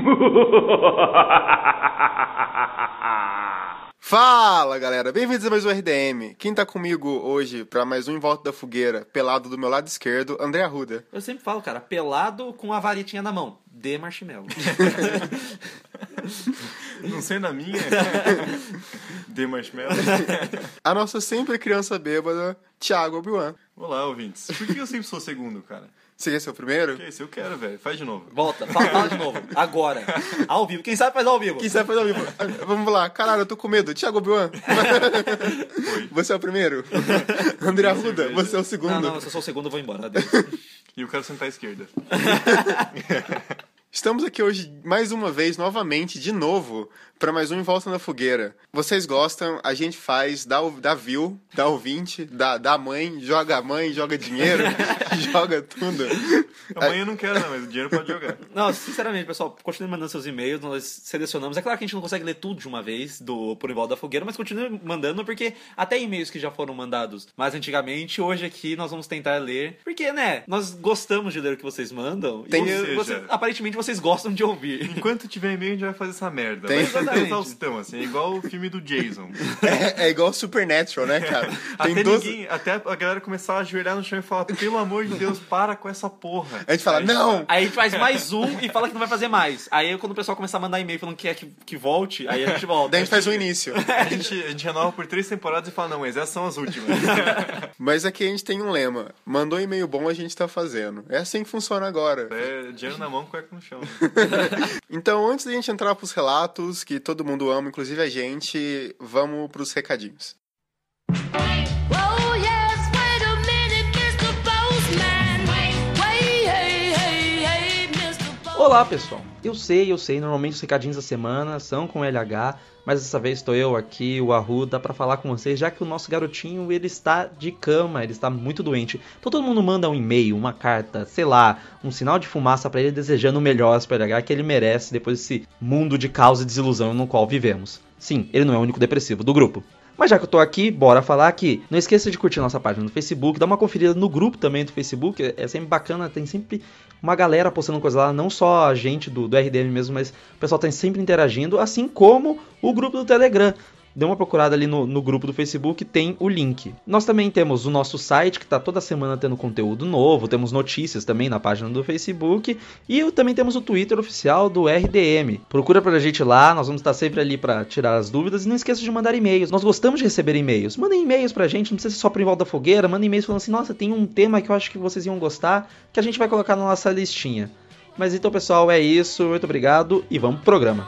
Fala, galera, bem-vindos a mais um RDM. Quem tá comigo hoje pra mais um Em Volta da Fogueira, pelado do meu lado esquerdo, André Arruda. Eu sempre falo, cara, pelado com a varetinha na mão, de marshmallow. Não sei na minha, de marshmallow. A nossa sempre criança bêbada, Thiago Obi-Wan. Olá, ouvintes. Por que eu sempre sou o segundo, cara? Você quer ser o primeiro? Que isso? Eu quero, velho. Faz de novo. Volta, fala de novo, agora, ao vivo. Quem sabe faz ao vivo. Quem sabe fazer ao vivo? Vamos lá, caralho, eu tô com medo. Thiago Obi-Wan. Você é o primeiro? André Arruda, você é o segundo. Não, se eu sou o segundo eu vou embora, adeus. E eu quero sentar à esquerda. Estamos aqui hoje, mais uma vez, novamente, de novo, para mais um Em Volta na Fogueira. Vocês gostam, a gente faz, dá view, dá ouvinte, dá mãe, joga dinheiro, joga tudo. A mãe eu não quero, não, mas o dinheiro pode jogar. Não, sinceramente, pessoal, continue mandando seus e-mails, nós selecionamos. É claro que a gente não consegue ler tudo de uma vez por Em Volta da Fogueira, mas continue mandando, porque até e-mails que já foram mandados mais antigamente, hoje aqui nós vamos tentar ler, porque, né, nós gostamos de ler o que vocês mandam, aparentemente vocês gostam de ouvir. Enquanto tiver e-mail, a gente vai fazer essa merda. Tem, vai ser exaustão, assim. É igual o filme do Jason. É igual Supernatural, né, cara? Até a galera começar a ajoelhar no chão e falar, pelo amor de Deus, para com essa porra. A gente fala, não! Aí a gente faz mais um e fala que não vai fazer mais. Aí quando o pessoal começar a mandar e-mail falando que quer que volte, aí a gente volta. Daí a gente faz um início. A gente renova por 3 temporadas e fala, não, mas essas são as últimas. Mas aqui a gente tem um lema. Mandou e-mail bom, a gente tá fazendo. É assim que funciona agora. É dinheiro na mão, cueca no chão. Então, antes da gente entrar pros relatos, que todo mundo ama, inclusive a gente, vamos pros recadinhos. Olá, pessoal. Eu sei, normalmente os recadinhos da semana são com LH, mas dessa vez estou eu aqui, o Arruda, para falar com vocês, já que o nosso garotinho, ele está de cama, ele está muito doente. Então todo mundo manda um e-mail, uma carta, sei lá, um sinal de fumaça para ele, desejando o melhor para o LH, que ele merece depois desse mundo de caos e desilusão no qual vivemos. Sim, ele não é o único depressivo do grupo. Mas já que eu tô aqui, bora falar aqui. Não esqueça de curtir nossa página no Facebook, dá uma conferida no grupo também do Facebook, é sempre bacana, tem sempre uma galera postando coisa lá, não só a gente do RDM mesmo, mas o pessoal tá sempre interagindo, assim como o grupo do Telegram. Dê uma procurada ali no grupo do Facebook, tem o link. Nós também temos o nosso site, que está toda semana tendo conteúdo novo, temos notícias também na página do Facebook, e também temos o Twitter oficial do RDM. Procura pra gente lá, nós vamos estar sempre ali para tirar as dúvidas, e não esqueça de mandar e-mails. Nós gostamos de receber e-mails. Mandem e-mails pra gente, não precisa ser só pro Em Volta da Fogueira, mandem e-mails falando assim, nossa, tem um tema que eu acho que vocês iam gostar, que a gente vai colocar na nossa listinha. Mas então, pessoal, é isso, muito obrigado, e vamos pro programa.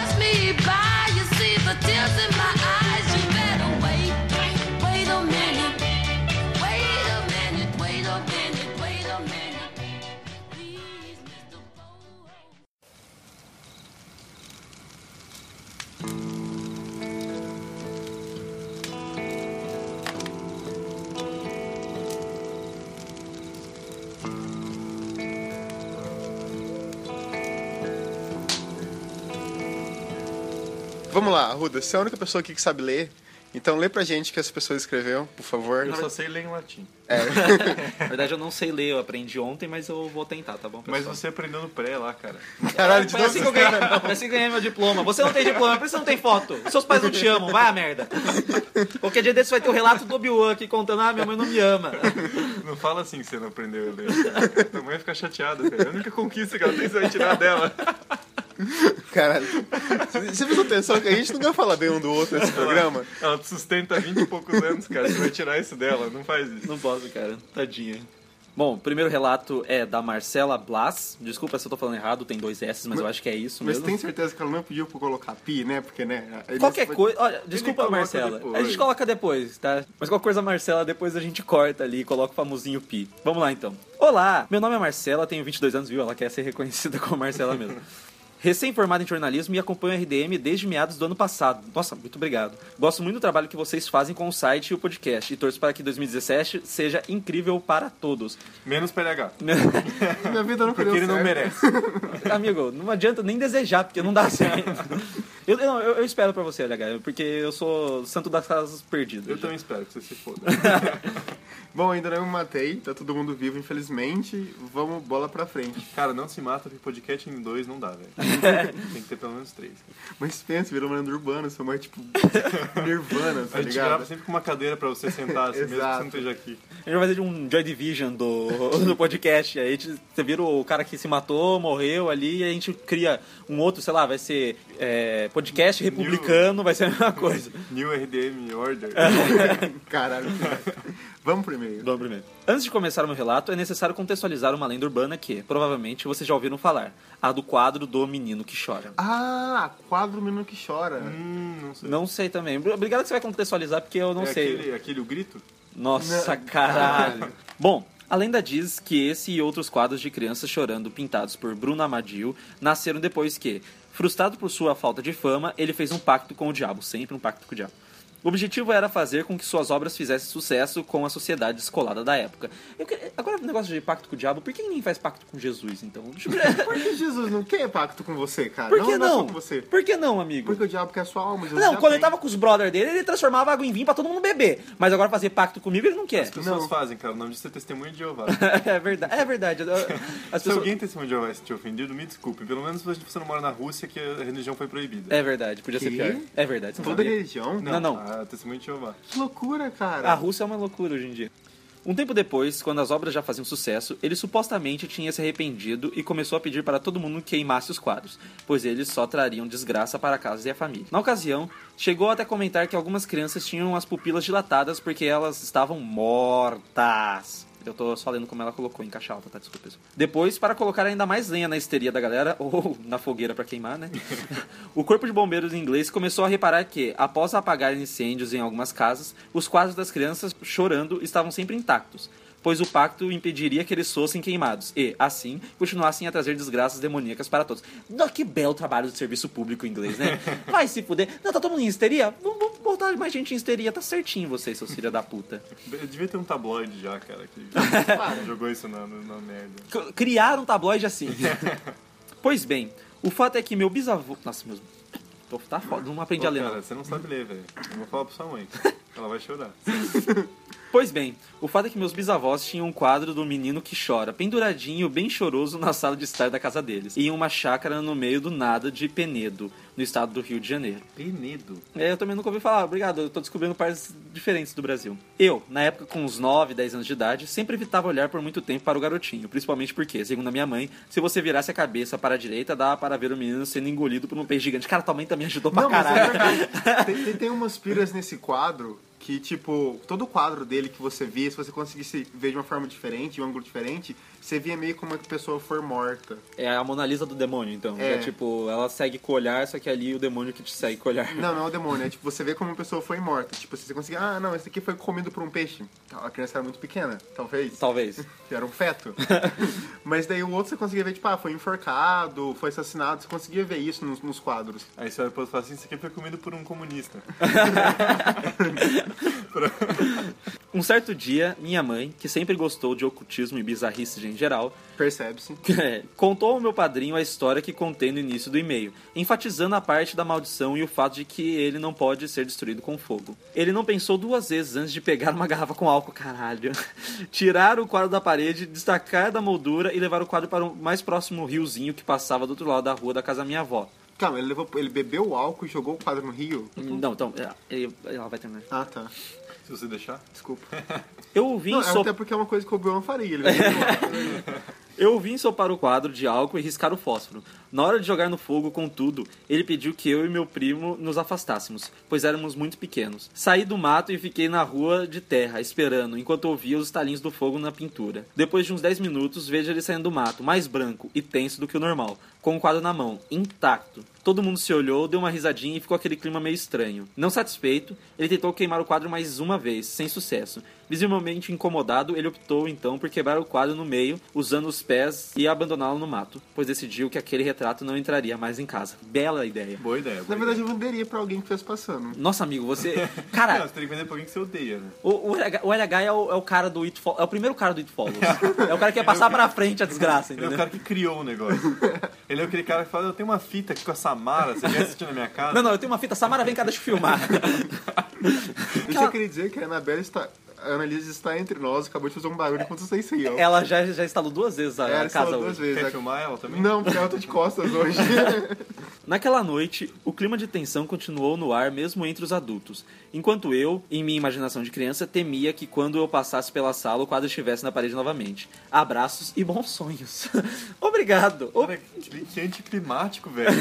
Vamos lá, Arruda, você é a única pessoa aqui que sabe ler, então lê pra gente o que essa pessoa escreveu, por favor. Eu só sei ler em latim. Na verdade eu não sei ler, eu aprendi ontem, mas eu vou tentar, tá bom, pessoal? Mas você aprendeu no pré lá, cara. Caralho, de Foi novo assim que eu ganhei, foi assim que eu ganhei meu diploma. Você não tem diploma, por isso você não tem foto. Seus pais não te amam, vai a merda. Qualquer dia desse vai ter o relato do Obi-Wan aqui contando, minha mãe não me ama. Não fala assim que você não aprendeu a ler. Tua mãe fica chateada, cara. É a única conquista que ela tem, você vai tirar dela. Caralho, você prestou atenção que a gente nunca vai falar bem um do outro nesse programa? Ela te sustenta há 20 e poucos anos, cara. Você vai tirar isso dela, não faz isso. Não posso, cara. Tadinha. Bom, o primeiro relato é da Marcela Blas. Desculpa se eu tô falando errado, tem 2 S, mas eu acho que é isso mesmo. Mas tem certeza que ela não pediu pra colocar pi, né? Porque, né? Qualquer coisa... Olha, desculpa, Marcela. Depois. A gente coloca depois, tá? Mas qualquer coisa, Marcela, depois a gente corta ali e coloca o famosinho pi. Vamos lá, então. Olá, meu nome é Marcela, tenho 22 anos, viu? Ela quer ser reconhecida como Marcela mesmo. Recém-formado em jornalismo e acompanho o RDM desde meados do ano passado. Nossa, muito obrigado. Gosto muito do trabalho que vocês fazem com o site e o podcast. E torço para que 2017 seja incrível para todos. Menos PLH. Minha vida não Porque ele não merece. Amigo, não adianta nem desejar, porque não dá certo. Eu espero pra você, LH, porque eu sou santo das casas perdidas. Eu também espero que você se foda. Bom, ainda não me matei, tá todo mundo vivo, infelizmente. Vamos, bola pra frente. Cara, não se mata, porque podcast em 2 não dá, velho. Tem que ter pelo menos 3. Mas pensa, virou uma lenda urbana, sua mãe é tipo Nirvana, tá A gente ligado? grava sempre com uma cadeira pra você sentar, assim, mesmo que você Exato. não esteja aqui. A gente vai fazer um Joy Division do podcast. Aí você vira o cara que se matou, morreu ali, e a gente cria um outro, sei lá, vai ser podcast republicano, vai ser a mesma coisa. New RDM Order. Caralho. Vamos primeiro. Vamos primeiro. Antes de começar o meu relato, é necessário contextualizar uma lenda urbana que, provavelmente, vocês já ouviram falar. A do quadro do Menino que Chora. Ah, quadro Menino que Chora. Não sei. Não sei também. Obrigado que você vai contextualizar, porque eu não sei. Aquele o grito? Nossa, caralho. Bom, a lenda diz que esse e outros quadros de crianças chorando pintados por Bruno Amadil nasceram depois que, frustrado por sua falta de fama, ele fez um pacto com o diabo, sempre um pacto com o diabo. O objetivo era fazer com que suas obras fizessem sucesso com a sociedade descolada da época. Agora, o negócio de pacto com o diabo, por que ninguém faz pacto com Jesus, então? Por que Jesus não quer pacto com você, cara? Por que não? É só com você. Por que não, amigo? Porque o diabo quer sua alma, Jesus Não, já quando tem. ele tava com os brothers dele, ele transformava água em vinho pra todo mundo beber. Mas agora fazer pacto comigo, ele não quer. As pessoas Não. fazem, cara. O nome disso é testemunho de Jeová. É verdade, é verdade. As Se pessoas... alguém testemunho de Jeová te ofendido, me desculpe. Pelo menos você não mora na Rússia, que a religião foi proibida. É verdade, podia ser Que? pior. É verdade, você não Toda sabia? religião? Não. A testemunho de Jeová. Que loucura, cara. A Rússia é uma loucura hoje em dia. Um tempo depois, quando as obras já faziam sucesso, ele supostamente tinha se arrependido e começou a pedir para todo mundo que queimasse os quadros, pois eles só trariam desgraça para a casa e a família. Na ocasião, chegou até a comentar que algumas crianças tinham as pupilas dilatadas porque elas estavam mortas. Eu tô só lendo como ela colocou em caixa alta, tá? Desculpa, pessoal. Depois, para colocar ainda mais lenha na histeria da galera, ou na fogueira pra queimar, né? O corpo de bombeiros inglês começou a reparar que, após apagar incêndios em algumas casas, os quadros das crianças chorando estavam sempre intactos, pois o pacto impediria que eles fossem queimados e, assim, continuassem a trazer desgraças demoníacas para todos. Que belo trabalho de serviço público inglês, né? Vai se fuder. Não, tá todo mundo em histeria? Vamos botar mais gente em histeria. Tá certinho vocês, seus filhos da puta. Devia ter um tabloide já, cara, que jogou isso na merda. Criaram um tabloide assim. Pois bem, o fato é que meu bisavô... Nossa, tá foda, não aprendi Pô, a ler, cara, não. você não sabe ler, velho. Eu vou falar pra sua mãe. Ela vai chorar. Pois bem, o fato é que meus bisavós tinham um quadro do Menino que Chora, penduradinho, bem choroso na sala de estar da casa deles, em uma chácara no meio do nada de Penedo, no estado do Rio de Janeiro. Penedo. Eu também nunca ouvi falar, obrigado, eu tô descobrindo partes diferentes do Brasil. Eu, na época com uns 9, 10 anos de idade, sempre evitava olhar por muito tempo para o garotinho, principalmente porque, segundo a minha mãe, se você virasse a cabeça para a direita, dava para ver o menino sendo engolido por um peixe gigante. Cara, tua mãe também ajudou pra Não, mas caralho. é verdade. Tem umas piras nesse quadro que, tipo, todo quadro dele que você via, se você conseguisse ver de uma forma diferente, de um ângulo diferente, você via meio como a pessoa for morta. É a Mona Lisa do demônio, então. É. É tipo, ela segue com o olhar, só que ali o demônio que te segue com o olhar. Não é o demônio, é tipo, você vê como a pessoa foi morta. Tipo, se você conseguir, não, esse aqui foi comido por um peixe. A criança era muito pequena, talvez. Talvez. Era um feto. Mas daí o outro você conseguia ver, tipo, foi enforcado, foi assassinado. Você conseguia ver isso nos quadros. Aí você olha pro outro e fala assim, isso aqui foi comido por um comunista. Um certo dia, minha mãe, que sempre gostou de ocultismo e bizarrice em geral, Percebe-se. contou ao meu padrinho a história que contei no início do e-mail, enfatizando a parte da maldição e o fato de que ele não pode ser destruído com fogo. Ele não pensou duas vezes antes de pegar uma garrafa com álcool, caralho, tirar o quadro da parede, destacar da moldura e levar o quadro para o mais próximo riozinho que passava do outro lado da rua da casa da minha avó. Calma, ele bebeu o álcool e jogou o quadro no rio? Não, então, ela vai terminar. Ah, tá. Se você deixar. Desculpa. Eu ouvi Não, ensopar... até porque é uma coisa que o Obi-Wan faria. Ele bebeu o álcool. Eu ouvi ensopar o quadro de álcool e riscar o fósforo. Na hora de jogar no fogo, contudo, ele pediu que eu e meu primo nos afastássemos, pois éramos muito pequenos. Saí do mato e fiquei na rua de terra, esperando, enquanto ouvia os estalinhos do fogo na pintura. Depois de uns 10 minutos, vejo ele saindo do mato, mais branco e tenso do que o normal, com o quadro na mão, intacto. Todo mundo se olhou, deu uma risadinha e ficou aquele clima meio estranho. Não satisfeito, ele tentou queimar o quadro mais uma vez, sem sucesso. Visivelmente incomodado, ele optou então por quebrar o quadro no meio, usando os pés e abandoná-lo no mato, pois decidiu que aquele retrato não entraria mais em casa. Bela ideia. Boa ideia. Na verdade, eu venderia pra alguém que estivesse passando. Nossa, amigo, você... Não, Cara, você tem que vender pra alguém que você odeia, né? o LH é o cara do It Follows. É o primeiro cara do It Follows. É o cara que ia passar pra frente a desgraça, Ele é o entendeu? cara que criou o negócio. Ele é aquele cara que fala, eu tenho uma fita aqui com a Samara, você quer assistir na minha casa? Não, eu tenho uma fita. Samara, vem cá, deixa eu filmar. Eu só queria dizer que a Annabelle está... A Annalise está entre nós, acabou de fazer um barulho enquanto vocês riam. Ela já instalou 2 vezes a Ela casa instalou 2 hoje. vezes. Quer filmar ela também? Não, porque ela tá de costas hoje. Naquela noite, o clima de tensão continuou no ar mesmo entre os adultos, enquanto eu, em minha imaginação de criança, temia que quando eu passasse pela sala o quadro estivesse na parede novamente. Abraços e bons sonhos. Obrigado. Cara, que anticlimático, velho.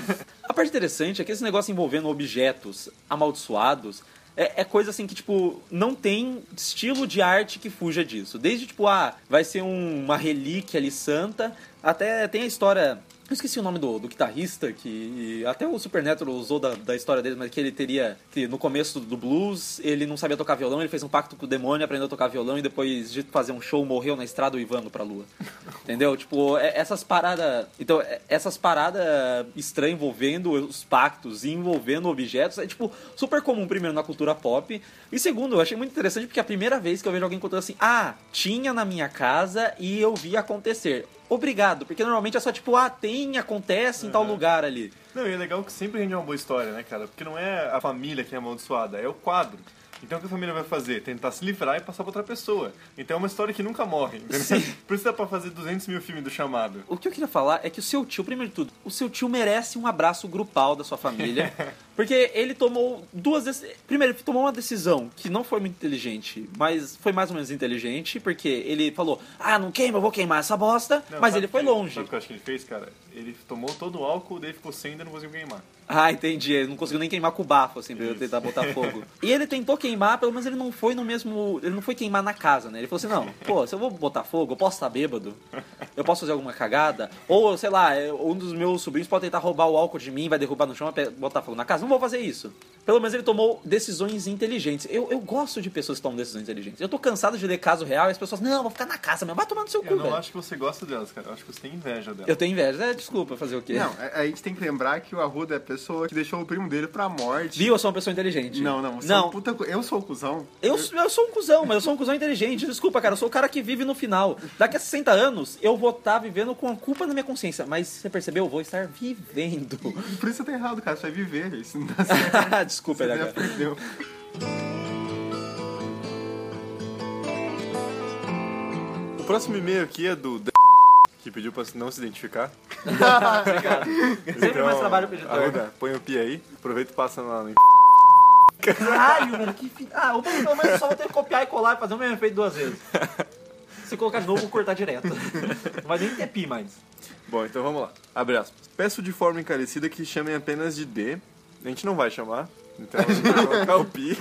A parte interessante é que esse negócio envolvendo objetos amaldiçoados é coisa assim que, tipo, não tem estilo de arte que fuja disso. Desde, tipo, vai ser uma relíquia ali santa, até tem a história... Eu esqueci o nome do guitarrista, que até o Supernatural usou da história dele, mas que ele teria... que no começo do blues, ele não sabia tocar violão, ele fez um pacto com o demônio, aprendeu a tocar violão e depois de fazer um show, morreu na estrada uivando pra lua. Entendeu? Tipo, essas paradas... Então, essas paradas estranhas envolvendo os pactos e envolvendo objetos é, tipo, super comum, primeiro, na cultura pop. E segundo, eu achei muito interessante porque é a primeira vez que eu vejo alguém contando assim, tinha na minha casa e eu vi acontecer. Obrigado, porque normalmente é só tipo, acontece em tal lugar ali. Não, e é legal que sempre rende uma boa história, né, cara? Porque não é a família que é amaldiçoada, é o quadro. Então o que a família vai fazer? Tentar se livrar e passar pra outra pessoa. Então é uma história que nunca morre, entendeu? Sim. Por isso dá pra fazer 200 mil filmes do Chamado. O que eu queria falar é que o seu tio, primeiro de tudo, o seu tio merece um abraço grupal da sua família. Porque ele tomou Primeiro, ele tomou uma decisão que não foi muito inteligente, mas foi mais ou menos inteligente, porque ele falou, não queima, eu vou queimar essa bosta, Não, mas sabe ele foi longe. Sabe o que eu acho que ele fez, cara? Ele tomou todo o álcool, daí ficou sem e ainda não conseguiu queimar. Entendi. Ele não conseguiu nem queimar com o bafo, assim, pra eu tentar botar fogo. E ele tentou queimar, pelo menos ele não foi no mesmo... Ele não foi queimar na casa, né? Ele falou assim, se eu vou botar fogo, eu posso estar bêbado? Eu posso fazer alguma cagada? Ou, sei lá, um dos meus sobrinhos pode tentar roubar o álcool de mim, vai derrubar no chão e botar fogo na casa. Não vou fazer isso. Pelo menos ele tomou decisões inteligentes. Eu gosto de pessoas que tomam decisões inteligentes. Eu tô cansado de ler caso real e as pessoas, não, vou ficar na casa mesmo. Vai tomar no seu cu, Eu não velho. acho que você gosta delas, cara. Eu acho que você tem inveja delas. Eu tenho inveja. Desculpa fazer o quê? Não, a gente tem que lembrar que o Arruda é a pessoa que deixou o primo dele pra morte. Viu? Eu sou uma pessoa inteligente. Não, você é um puta... Eu sou o cuzão. Eu sou um cuzão, mas eu sou um cuzão inteligente. Desculpa, cara, eu sou o cara que vive no final. Daqui a 60 anos, eu vou estar vivendo com a culpa na minha consciência. Mas você percebeu? Eu vou estar vivendo. Por isso você tá errado, cara. Você vai viver. Isso não dá certo. Desculpa, Você já LH. perdeu. O próximo e-mail aqui é do que pediu pra não se identificar. Obrigado. Sempre mais trabalho pro editor. Arruda, põe o pi aí. Aproveita e passa lá no... Caralho, mano, que filho. O pelo menos eu só vou ter que copiar e colar e fazer o mesmo efeito 2 vezes. Se colocar de novo, eu vou cortar direto. Não vai nem ter pi mais. Bom, então vamos lá. Abre aspas. Peço de forma encarecida que chamem apenas de D. A gente não vai chamar. Então, a gente vai colocar o pi.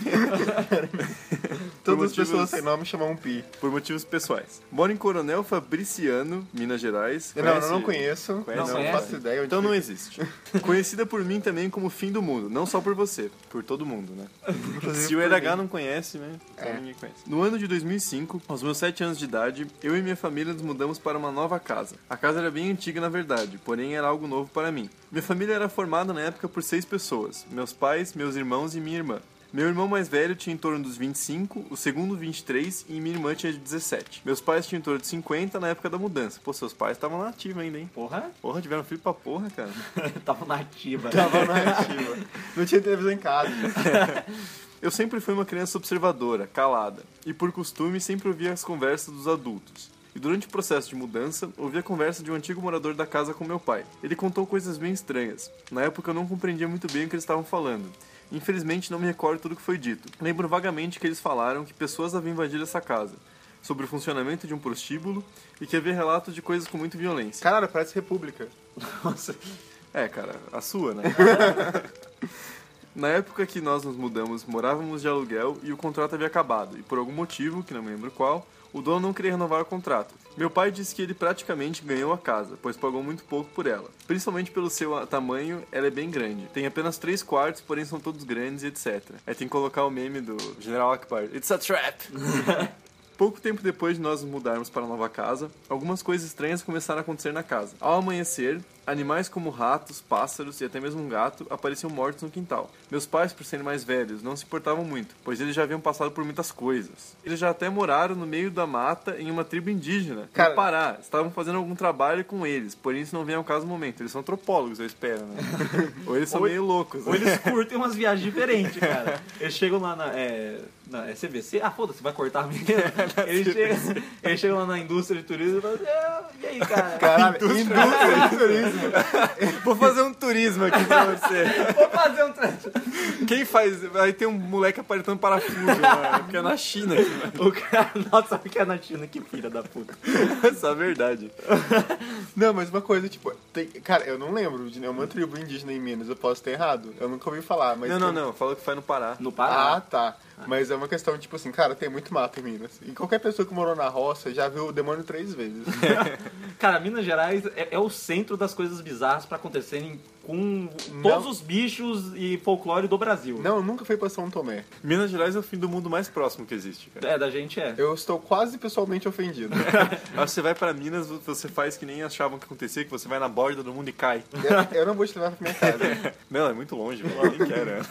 Todas as pessoas sem nome chamam um pi. Por motivos pessoais. Moro em Coronel Fabriciano, Minas Gerais. Eu não conheço. Conhece? Não Conhece? faço ideia. Então não existe. Conhecida por mim também como fim do mundo. Não só por você, por todo mundo, né? Se o RH não conhece, né? Então ninguém conhece. No ano de 2005, aos meus 7 anos de idade, eu e minha família nos mudamos para uma nova casa. A casa era bem antiga na verdade, porém era algo novo para mim. Minha família era formada na época por 6 pessoas. Meus pais, meus irmãos e minha irmã. Meu irmão mais velho tinha em torno dos 25, o segundo 23 e minha irmã tinha de 17. Meus pais tinham em torno de 50 na época da mudança. Pô, seus pais estavam na ativa ainda, hein? Porra? Porra, tiveram filho pra porra, cara. Tava na ativa. Tava na ativa. Não tinha televisão em casa. Eu sempre fui uma criança observadora, calada, e por costume sempre ouvia as conversas dos adultos. E durante o processo de mudança, ouvi a conversa de um antigo morador da casa com meu pai. Ele contou coisas bem estranhas. Na época eu não compreendia muito bem o que eles estavam falando. Infelizmente não me recordo tudo o que foi dito. Lembro vagamente que eles falaram que pessoas haviam invadido essa casa, sobre o funcionamento de um prostíbulo e que havia relatos de coisas com muita violência. Caralho, parece República. Nossa. É, cara, a sua, né? Na época que nós nos mudamos, morávamos de aluguel e o contrato havia acabado, e por algum motivo, que não me lembro qual, o dono não queria renovar o contrato. Meu pai disse que ele praticamente ganhou a casa, pois pagou muito pouco por ela. Principalmente pelo seu tamanho, ela é bem grande. Tem apenas 3 quartos, porém são todos grandes e etc. Aí tem que colocar o meme do General Akbar. It's a trap! Pouco tempo depois de nós nos mudarmos para a nova casa, algumas coisas estranhas começaram a acontecer na casa. Ao amanhecer, animais como ratos, pássaros e até mesmo um gato apareciam mortos no quintal. Meus pais, por serem mais velhos, não se importavam muito, pois eles já haviam passado por muitas coisas. Eles já até moraram no meio da mata em uma tribo indígena. Cara, no Pará, estavam fazendo algum trabalho com eles, porém isso não vem ao caso no momento. Eles são antropólogos, eu espero, né? Ou eles são meio loucos. Ou eles curtem umas viagens diferentes, cara. Eles chegam lá Não, é CVC? Ah, foda-se, vai cortar a minha. Ele chega lá na indústria de turismo e fala assim, e aí, cara? Caralho, indústria de turismo. Vou fazer um turismo aqui pra você. Vou fazer um trânsito. Quem faz? Aí tem um moleque apertando parafuso, mano, que é na China. O cara, nossa, o que é na China? Que filha da puta. Essa é a verdade. Não, mas uma coisa, tipo, cara, eu não lembro de nenhuma tribo indígena em Minas, eu posso ter errado. Eu nunca ouvi falar, mas. Não, falou que foi no Pará. No Pará. Ah, tá. Mas é uma questão, tipo assim, cara, tem muito mato em Minas. E qualquer pessoa que morou na roça já viu o demônio 3 vezes. Cara, Minas Gerais é o centro das coisas bizarras pra acontecerem com todos os bichos e folclore do Brasil. Não, eu nunca fui pra São Tomé. Minas Gerais é o fim do mundo mais próximo que existe, cara. É, da gente é. Eu estou quase pessoalmente ofendido. Acho que você vai pra Minas, você faz que nem achavam que acontecia, que você vai na borda do mundo e cai. Eu não vou te levar pra minha casa. Não, é muito longe, eu nem quero.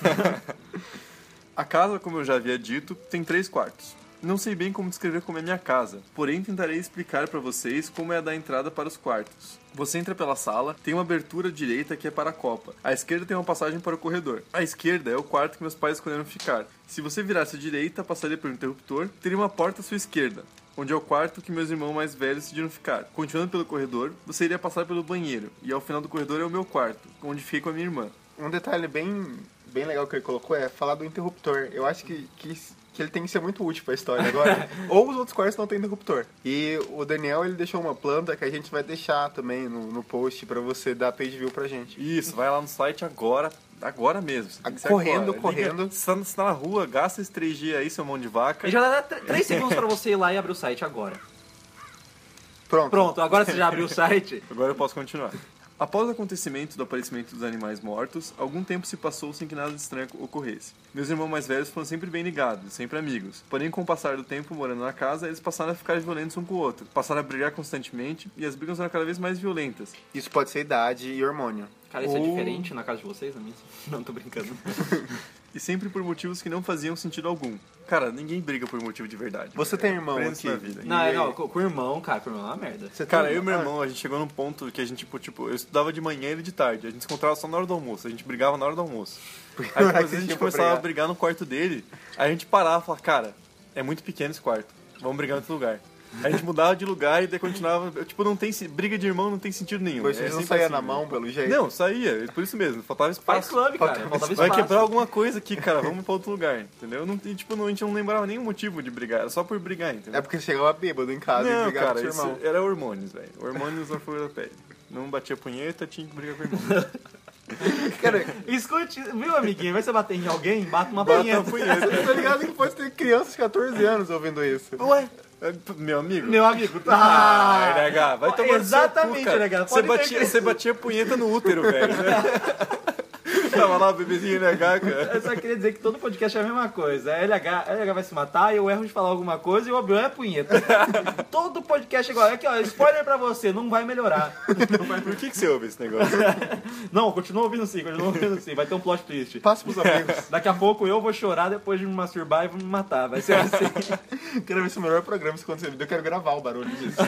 A casa, como eu já havia dito, tem 3 quartos. Não sei bem como descrever como é minha casa, porém tentarei explicar para vocês como é a da entrada para os quartos. Você entra pela sala, tem uma abertura direita que é para a copa. À esquerda tem uma passagem para o corredor. À esquerda é o quarto que meus pais escolheram ficar. Se você virasse à direita, passaria pelo interruptor, teria uma porta à sua esquerda, onde é o quarto que meus irmãos mais velhos decidiram ficar. Continuando pelo corredor, você iria passar pelo banheiro, e ao final do corredor é o meu quarto, onde fiquei com a minha irmã. Um detalhe bem legal que ele colocou é falar do interruptor. Eu acho que ele tem que ser muito útil pra história agora. Ou os outros quartos não tem interruptor. E o Daniel, ele deixou uma planta que a gente vai deixar também no post pra você dar page view pra gente. Isso, vai lá no site agora mesmo. Você tem que ser Correndo, agora. correndo. Liga, você tá na rua, gasta esse 3G aí, seu mão de vaca. E já dá 3 segundos pra você ir lá e abrir o site agora. Pronto. Pronto, agora você já abriu o site. Agora eu posso continuar. Após o acontecimento do aparecimento dos animais mortos, algum tempo se passou sem que nada de estranho ocorresse. Meus irmãos mais velhos foram sempre bem ligados, sempre amigos. Porém, com o passar do tempo morando na casa, eles passaram a ficar violentos um com o outro. Passaram a brigar constantemente e as brigas eram cada vez mais violentas. Isso pode ser idade e hormônio. Cara, isso é diferente na casa de vocês, na minha? Não, tô brincando. E sempre por motivos que não faziam sentido algum. Cara, ninguém briga por motivo de verdade. Você tem irmão Aprenda aqui? isso na vida. Não, com o irmão, cara, com o irmão é uma merda. Cara, eu e meu irmão, a gente chegou num ponto que a gente, tipo, eu estudava de manhã e ele de tarde. A gente se encontrava só na hora do almoço, a gente brigava na hora do almoço. Aí depois a gente começava a brigar no quarto dele, aí a gente parava e falava, cara, é muito pequeno esse quarto, vamos brigar em outro lugar. A gente mudava de lugar e daí continuava, tipo, não tem, briga de irmão não tem sentido nenhum. Pois vocês não saía na mão, pelo jeito? Não, saía, por isso mesmo, faltava Faz espaço. clube, cara, faltava Vai espaço. quebrar alguma coisa aqui, cara, vamos pra outro lugar, entendeu? Não, e, tipo, a gente não lembrava nenhum motivo de brigar, era só por brigar, entendeu? É porque chegava bêbado em casa e Não, brigava cara, com seu irmão. isso era hormônios, velho. Hormônios na flor da pele. Não batia punheta, tinha que brigar com o irmão. Cara, Escute, viu, amiguinho? Vai você bater em alguém, bata uma Bata punheta. uma punheta. você tá ligado que pode ter crianças de 14 anos ouvindo isso. Ué, Meu amigo? meu amigo, Ah, NH, vai tomar exatamente, no seu cu, cara. NH, Você pode ter batia, batia punheta no útero, velho. Tava lá o bebezinho NH, cara. eu só queria dizer que todo podcast é a mesma coisa. A LH vai se matar, eu erro de falar alguma coisa e o Obi-Wan é punheta. Todo podcast é igual. Aqui, ó, spoiler pra você, não vai melhorar. Por que você ouve esse negócio? Não, continua ouvindo sim, Vai ter um plot twist. Passa pros amigos. Daqui a pouco eu vou chorar depois de me masturbar e vou me matar. Vai ser assim. Quero ver se o melhor programa se acontecer. Eu quero gravar o barulho disso.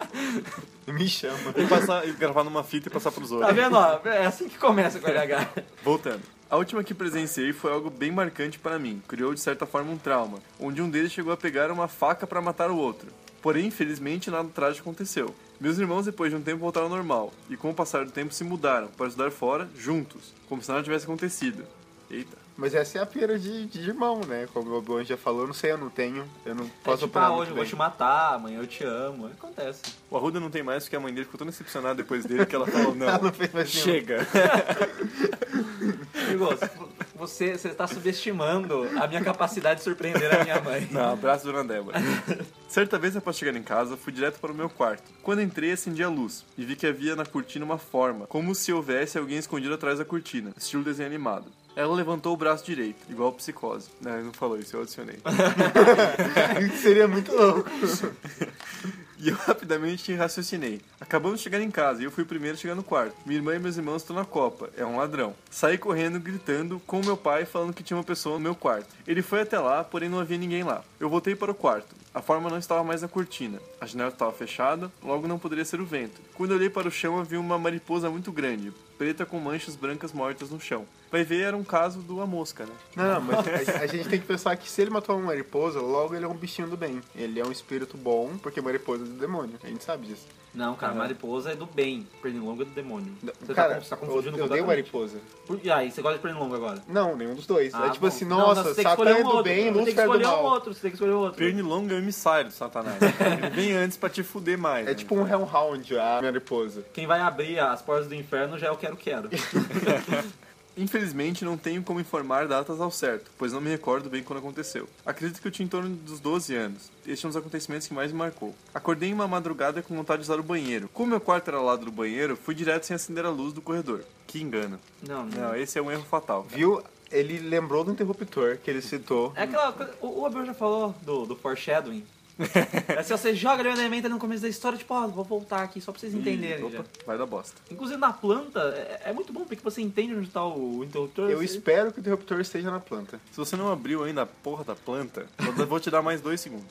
Me chama. E gravar numa fita e passar pros Tá outros. vendo? Ó, é assim que começa com o LH. Voltando. A última que presenciei foi algo bem marcante para mim. Criou de certa forma um trauma, onde um deles chegou a pegar uma faca para matar o outro. Porém, infelizmente, nada trágico aconteceu. Meus irmãos, depois de um tempo, voltaram ao normal, e com o passar do tempo se mudaram para estudar fora, juntos, como se nada tivesse acontecido. Eita. Mas essa é a pira de irmão, né? Como o Obi-Wan já falou, eu não sei, eu não tenho. Eu não posso Tipo, opinar hoje muito eu vou bem. te matar, amanhã eu te amo. Acontece. O Arruda não tem mais porque a mãe dele ficou tão decepcionada depois dele que ela falou, não, Ela não fez mais nenhum. chega. Amigo, você tá subestimando a minha capacidade de surpreender a minha mãe. Não, abraço, dona Débora. Certa vez, após chegar em casa, fui direto para o meu quarto. Quando entrei, acendi a luz e vi que havia na cortina uma forma, como se houvesse alguém escondido atrás da cortina, estilo desenho animado. Ela levantou o braço direito, igual psicose. Não, ele não falou isso, eu adicionei. Seria muito louco. E eu rapidamente raciocinei. Acabamos de chegar em casa e eu fui o primeiro a chegar no quarto. Minha irmã e meus irmãos estão na copa. É um ladrão. Saí correndo, gritando, com meu pai falando que tinha uma pessoa no meu quarto. Ele foi até lá, porém não havia ninguém lá. Eu voltei para o quarto. A forma não estava mais na cortina. A janela estava fechada, logo não poderia ser o vento. Quando eu olhei para o chão, eu vi uma mariposa muito grande, preta com manchas brancas mortas no chão. Vai ver, era um caso do A Mosca, né? Não, mas a gente tem que pensar que se ele matou uma mariposa, logo ele é um bichinho do bem. Ele é um espírito bom, porque mariposa é do demônio. A gente sabe disso. Não, cara, mariposa é do bem. Pernilongo é do demônio. Você Cara, tá confundindo eu odeio completamente. mariposa. E aí, você gosta de pernilongo agora? Não, nenhum dos dois. É tipo bom. assim, Não, nossa, você tem que Satã escolher é do outro. bem, Você tem que Lúcifer é do escolher mal. outro, você tem que escolher outro. Pernilongo é o emissário do Satanás. Ele vem antes pra te fuder mais. É né? tipo um Hellhound, a mariposa. Quem vai abrir as portas do inferno já é o quero-quero. Infelizmente, não tenho como informar datas ao certo, pois não me recordo bem quando aconteceu. Acredito que eu tinha em torno dos 12 anos. Este é um dos acontecimentos que mais me marcou. Acordei em uma madrugada com vontade de usar o banheiro. Como meu quarto era ao lado do banheiro, fui direto sem acender a luz do corredor. Que engano. Não, esse é um erro fatal. Viu? Ele lembrou do interruptor que ele citou. É aquela coisa, o Abel já falou do foreshadowing. É se você joga ali um elemento ali no começo da história, tipo, vou voltar aqui só pra vocês entenderem. Opa, vai dar bosta. Inclusive na planta, é muito bom, porque você entende onde tá o interruptor. Eu espero que o interruptor esteja na planta. Se você não abriu ainda a porra da planta, eu vou te dar mais 2 segundos.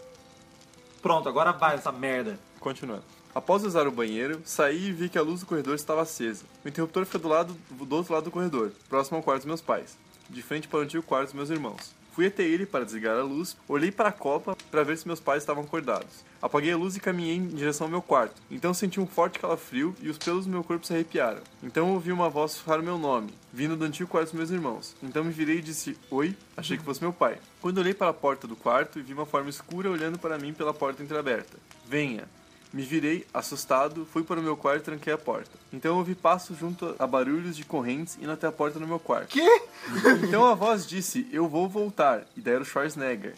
Pronto, agora vai essa merda. Continuando. Após usar o banheiro, saí e vi que a luz do corredor estava acesa. O interruptor foi do outro lado do corredor, próximo ao quarto dos meus pais, de frente para o antigo quarto dos meus irmãos. Fui até ele para desligar a luz, olhei para a copa para ver se meus pais estavam acordados. Apaguei a luz e caminhei em direção ao meu quarto. Então senti um forte calafrio e os pelos do meu corpo se arrepiaram. Então ouvi uma voz sussurrar o meu nome, vindo do antigo quarto dos meus irmãos. Então me virei e disse, oi, achei que fosse meu pai. Quando olhei para a porta do quarto, vi uma forma escura olhando para mim pela porta entreaberta. Venha. Me virei, assustado, fui para o meu quarto e tranquei a porta. Então eu ouvi passos junto a barulhos de correntes indo até a porta do meu quarto. Quê? Então a voz disse, eu vou voltar. E daí era o Schwarzenegger.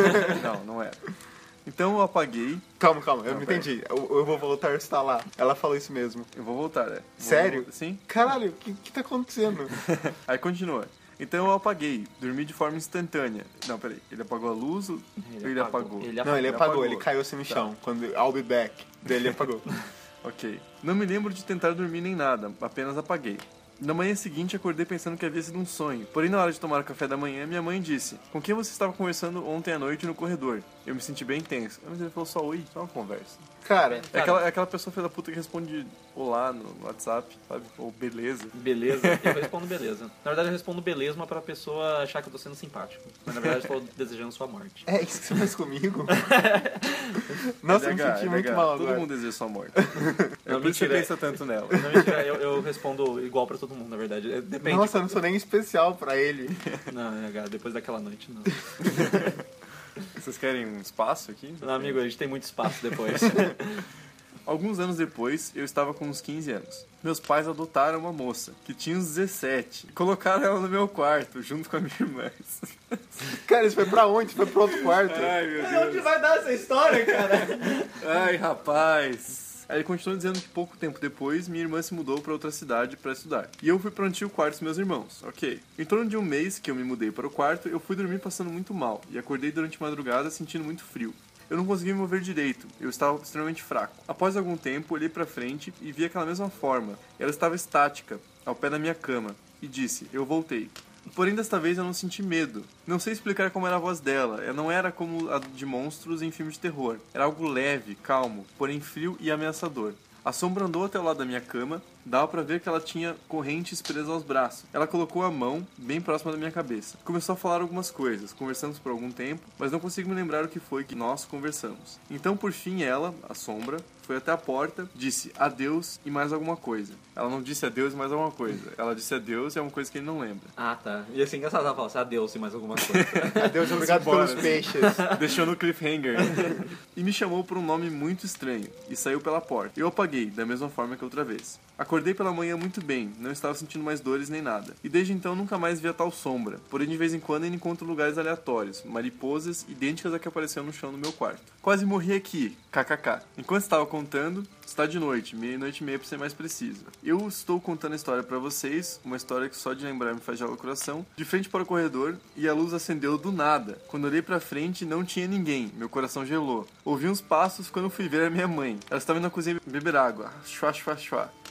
Não era. Então eu apaguei. Calma, eu não pera. entendi. Eu vou voltar a estar lá. Ela falou isso mesmo. Eu vou voltar, é. Sério? Sim. Caralho, o que tá acontecendo? Aí continua. Então eu apaguei, dormi de forma instantânea. Não, peraí, ele apagou a luz ou ele apagou? Não, ele apagou, ele caiu assim no chão. Quando I'll be back. Daí ele apagou. Ok. Não me lembro de tentar dormir nem nada, apenas apaguei. Na manhã seguinte, acordei pensando que havia sido um sonho. Porém, na hora de tomar o café da manhã, minha mãe disse, com quem você estava conversando ontem à noite no corredor? Eu me senti bem tenso. Mas ele falou só oi, só uma conversa. Cara, É aquela pessoa filha da puta que responde olá no WhatsApp, sabe? Ou beleza. Beleza, eu respondo beleza. Na verdade, eu respondo beleza, mas pra pessoa achar que eu tô sendo simpático. Mas na verdade, eu tô desejando sua morte. é isso que você faz comigo? Nossa, eu me senti muito mal Todo agora. mundo deseja sua morte. É Não, por isso que você mentira. pensa tanto nela. Não, mentira, eu respondo igual pra todo mundo, na verdade. Depende. Nossa, eu não sou nem especial pra ele. Não, depois daquela noite, não. Vocês querem um espaço aqui? Não, amigo, a gente tem muito espaço depois. Alguns anos depois, eu estava com uns 15 anos. Meus pais adotaram uma moça, que tinha uns 17, e colocaram ela no meu quarto, junto com a minha irmã. Cara, isso foi pra onde? Foi pro outro quarto. Ai, meu Deus. Onde vai dar essa história, cara? Ai, rapaz. Aí ele continuou dizendo que pouco tempo depois, minha irmã se mudou para outra cidade para estudar. E eu fui para o antigo quarto dos meus irmãos. Ok. Em torno de um mês que eu me mudei para o quarto, eu fui dormir passando muito mal. E acordei durante a madrugada sentindo muito frio. Eu não conseguia me mover direito, eu estava extremamente fraco. Após algum tempo, olhei para frente e vi aquela mesma forma. Ela estava estática, ao pé da minha cama, e disse, eu voltei. Porém, desta vez eu não senti medo. Não sei explicar como era a voz dela. Ela não era como a de monstros em filmes de terror. Era algo leve, calmo, porém frio e ameaçador. A sombra andou até o lado da minha cama, dava pra ver que ela tinha correntes presas aos braços. Ela colocou a mão bem próxima da minha cabeça. Começou a falar algumas coisas, conversamos por algum tempo, mas não consigo me lembrar o que foi que nós conversamos. Então, por fim, ela, a sombra, foi até a porta, disse adeus e mais alguma coisa. Ela não disse adeus e mais alguma coisa. Ela disse adeus e é uma coisa que ele não lembra. Ah, tá. E assim, engraçado ela falar adeus e mais alguma coisa. Adeus, obrigado Embora, pelos peixes. Deixou no cliffhanger. E me chamou por um nome muito estranho. E saiu pela porta. Eu apaguei, da mesma forma que outra vez. Acordei pela manhã muito bem, não estava sentindo mais dores nem nada. E desde então nunca mais vi a tal sombra. Porém de vez em quando ainda encontro lugares aleatórios, mariposas idênticas a que apareceram no chão do meu quarto. Quase morri aqui, kkk. Enquanto estava contando, está de noite, meia-noite e meia pra ser mais preciso. Eu estou contando a história pra vocês, uma história que só de lembrar me faz gelar o coração, de frente para o corredor, e a luz acendeu do nada. Quando olhei pra frente, não tinha ninguém, meu coração gelou. Ouvi uns passos quando fui ver a minha mãe. Ela estava indo na cozinha beber água, chua chua chua.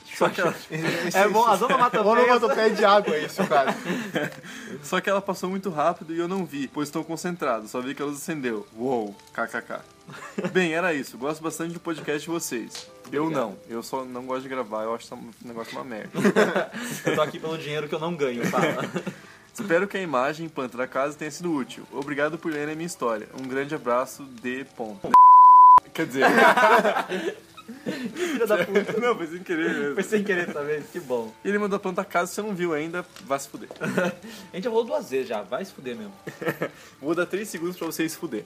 Só que ela, É bom, as onomatopeias... Onomatopeia de água, é isso, cara. só que ela passou muito rápido e eu não vi, pois estou concentrado. Só vi que ela acendeu. Uou, kkk. Bem, era isso. Gosto bastante do podcast de vocês. Eu não. Eu só não gosto de gravar. Eu acho esse negócio uma merda. Eu tô aqui pelo dinheiro que eu não ganho, fala. Espero que a imagem e planta da casa tenha sido útil. Obrigado por lerem a minha história. Um grande abraço de ponto. Quer dizer... Filha da puta. Não, foi sem querer mesmo. Foi sem querer também, que bom. E ele mandou a planta da casa, se você não viu ainda, vá se fuder. A gente já rolou 2 vezes já, vai se fuder mesmo. Vou dar 3 segundos pra você se fuder.